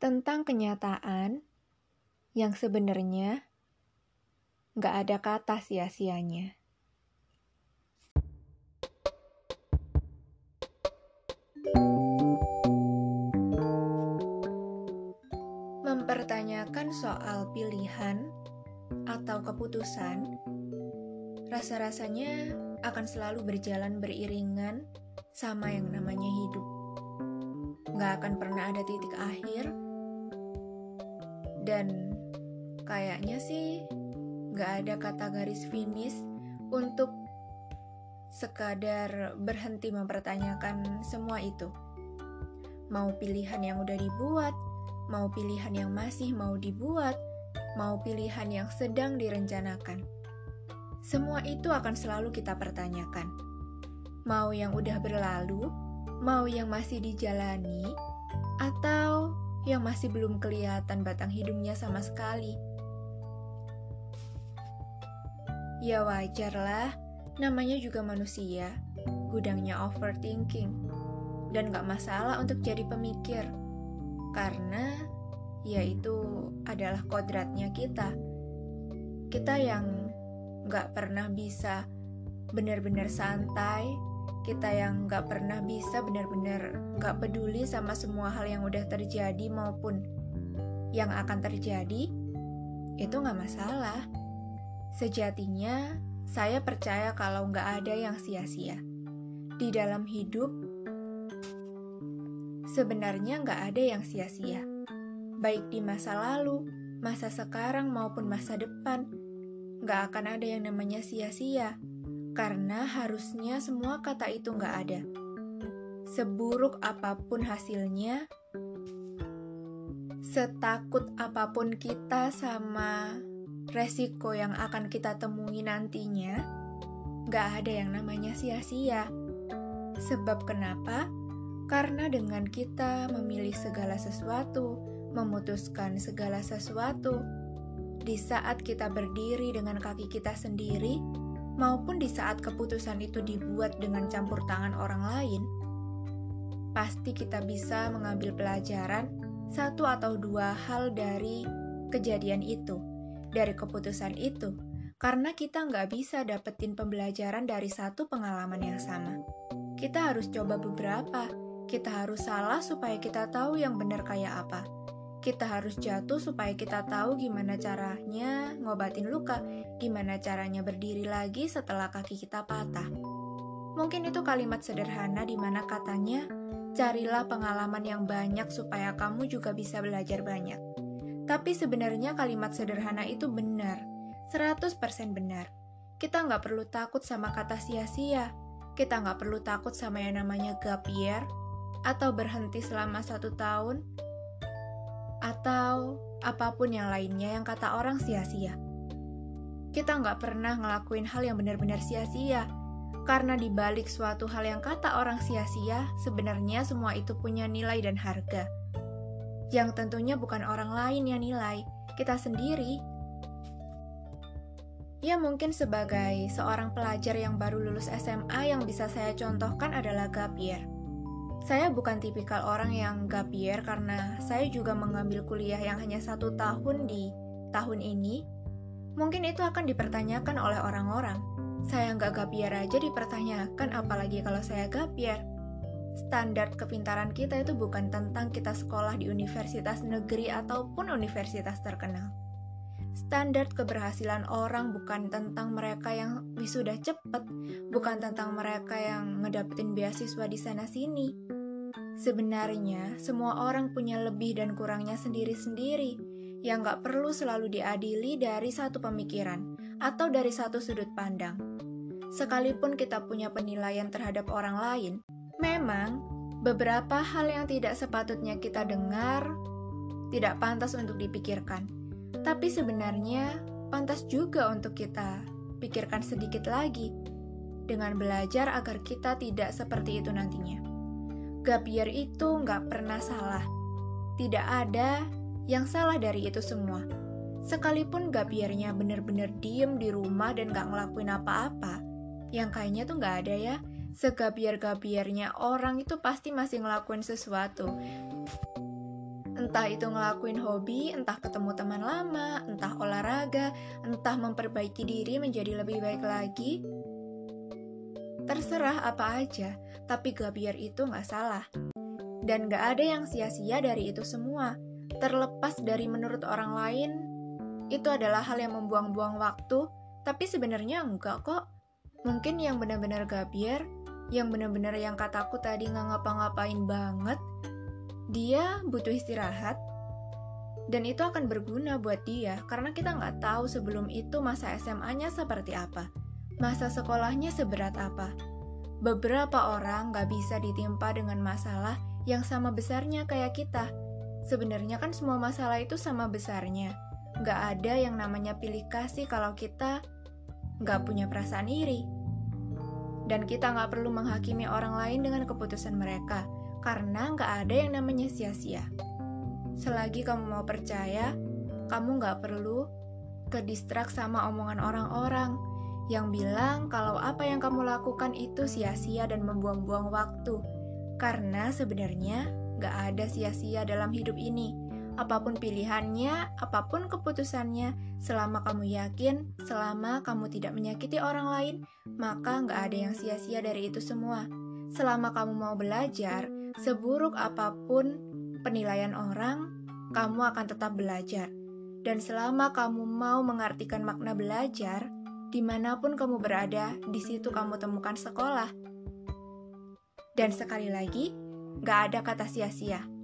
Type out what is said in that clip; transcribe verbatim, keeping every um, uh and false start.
tentang kenyataan yang sebenarnya nggak ada kata sia-sianya. Mempertanyakan soal pilihan atau keputusan, rasa-rasanya akan selalu berjalan beriringan sama yang namanya hidup. Nggak akan pernah ada titik akhir, dan kayaknya sih nggak ada kata garis finish untuk sekadar berhenti mempertanyakan semua itu. Mau pilihan yang udah dibuat, mau pilihan yang masih mau dibuat, mau pilihan yang sedang direncanakan. Semua itu akan selalu kita pertanyakan. Mau yang udah berlalu, mau yang masih dijalani, atau yang masih belum kelihatan batang hidungnya sama sekali. Ya wajarlah, namanya juga manusia, gudangnya overthinking. Dan gak masalah untuk jadi pemikir, karena ya itu adalah kodratnya kita. Kita yang gak pernah bisa benar-benar santai, kita yang gak pernah bisa benar-benar gak peduli sama semua hal yang udah terjadi maupun yang akan terjadi, itu gak masalah. Sejatinya, saya percaya kalau gak ada yang sia-sia. Di dalam hidup, sebenarnya gak ada yang sia-sia. Baik di masa lalu, masa sekarang maupun masa depan, gak akan ada yang namanya sia-sia. Karena harusnya semua kata itu gak ada. Seburuk apapun hasilnya, setakut apapun kita sama resiko yang akan kita temui nantinya, gak ada yang namanya sia-sia. Sebab kenapa? Karena dengan kita memilih segala sesuatu, memutuskan segala sesuatu, di saat kita berdiri dengan kaki kita sendiri, maupun di saat keputusan itu dibuat dengan campur tangan orang lain, pasti kita bisa mengambil pelajaran satu atau dua hal dari kejadian itu, dari keputusan itu, karena kita nggak bisa dapetin pembelajaran dari satu pengalaman yang sama. Kita harus coba beberapa, kita harus salah supaya kita tahu yang benar kayak apa. Kita harus jatuh supaya kita tahu gimana caranya ngobatin luka, gimana caranya berdiri lagi setelah kaki kita patah. Mungkin itu kalimat sederhana di mana katanya, carilah pengalaman yang banyak supaya kamu juga bisa belajar banyak. Tapi sebenarnya kalimat sederhana itu benar, seratus persen benar. Kita nggak perlu takut sama kata sia-sia, kita nggak perlu takut sama yang namanya gap year, atau berhenti selama satu tahun, atau apapun yang lainnya yang kata orang sia-sia. Kita nggak pernah ngelakuin hal yang benar-benar sia-sia, karena di balik suatu hal yang kata orang sia-sia, sebenarnya semua itu punya nilai dan harga. Yang tentunya bukan orang lain yang nilai, kita sendiri. Ya mungkin sebagai seorang pelajar yang baru lulus S M A yang bisa saya contohkan adalah gap year. Saya bukan tipikal orang yang gap year karena saya juga mengambil kuliah yang hanya satu tahun di tahun ini. Mungkin itu akan dipertanyakan oleh orang-orang. Saya nggak gap year aja dipertanyakan, apalagi kalau saya gap year. Standar kepintaran kita itu bukan tentang kita sekolah di universitas negeri ataupun universitas terkenal. Standar keberhasilan orang bukan tentang mereka yang wisuda cepat, bukan tentang mereka yang ngedapetin beasiswa di sana-sini. Sebenarnya, semua orang punya lebih dan kurangnya sendiri-sendiri, yang gak perlu selalu diadili dari satu pemikiran atau dari satu sudut pandang. Sekalipun kita punya penilaian terhadap orang lain, memang beberapa hal yang tidak sepatutnya kita dengar tidak pantas untuk dipikirkan. Tapi sebenarnya pantas juga untuk kita pikirkan sedikit lagi, dengan belajar agar kita tidak seperti itu nantinya. Gap year itu nggak pernah salah. Tidak ada yang salah dari itu semua. Sekalipun gap year-nya bener-bener diem di rumah dan nggak ngelakuin apa-apa, yang kayaknya tuh nggak ada ya. Segabiar-gabiarnya orang itu pasti masih ngelakuin sesuatu. Entah itu ngelakuin hobi, entah ketemu teman lama, entah olahraga, entah memperbaiki diri menjadi lebih baik lagi. Terserah apa aja, tapi gap year itu nggak salah. Dan nggak ada yang sia-sia dari itu semua. Terlepas dari menurut orang lain, itu adalah hal yang membuang-buang waktu, tapi sebenarnya enggak kok. Mungkin yang benar-benar gap year, yang benar-benar yang kataku tadi nggak ngapa-ngapain banget, dia butuh istirahat, dan itu akan berguna buat dia, karena kita nggak tahu sebelum itu masa S M A-nya seperti apa, masa sekolahnya seberat apa. Beberapa orang nggak bisa ditimpa dengan masalah yang sama besarnya kayak kita. Sebenarnya kan semua masalah itu sama besarnya. Nggak ada yang namanya pilih kasih kalau kita nggak punya perasaan iri. Dan kita nggak perlu menghakimi orang lain dengan keputusan mereka, karena nggak ada yang namanya sia-sia. Selagi kamu mau percaya, kamu nggak perlu kedistrak sama omongan orang-orang yang bilang kalau apa yang kamu lakukan itu sia-sia dan membuang-buang waktu. Karena sebenarnya nggak ada sia-sia dalam hidup ini. Apapun pilihannya, apapun keputusannya, selama kamu yakin, selama kamu tidak menyakiti orang lain, maka nggak ada yang sia-sia dari itu semua. Selama kamu mau belajar, seburuk apapun penilaian orang, kamu akan tetap belajar. Dan selama kamu mau mengartikan makna belajar, dimanapun kamu berada, di situ kamu temukan sekolah. Dan sekali lagi, gak ada kata sia-sia.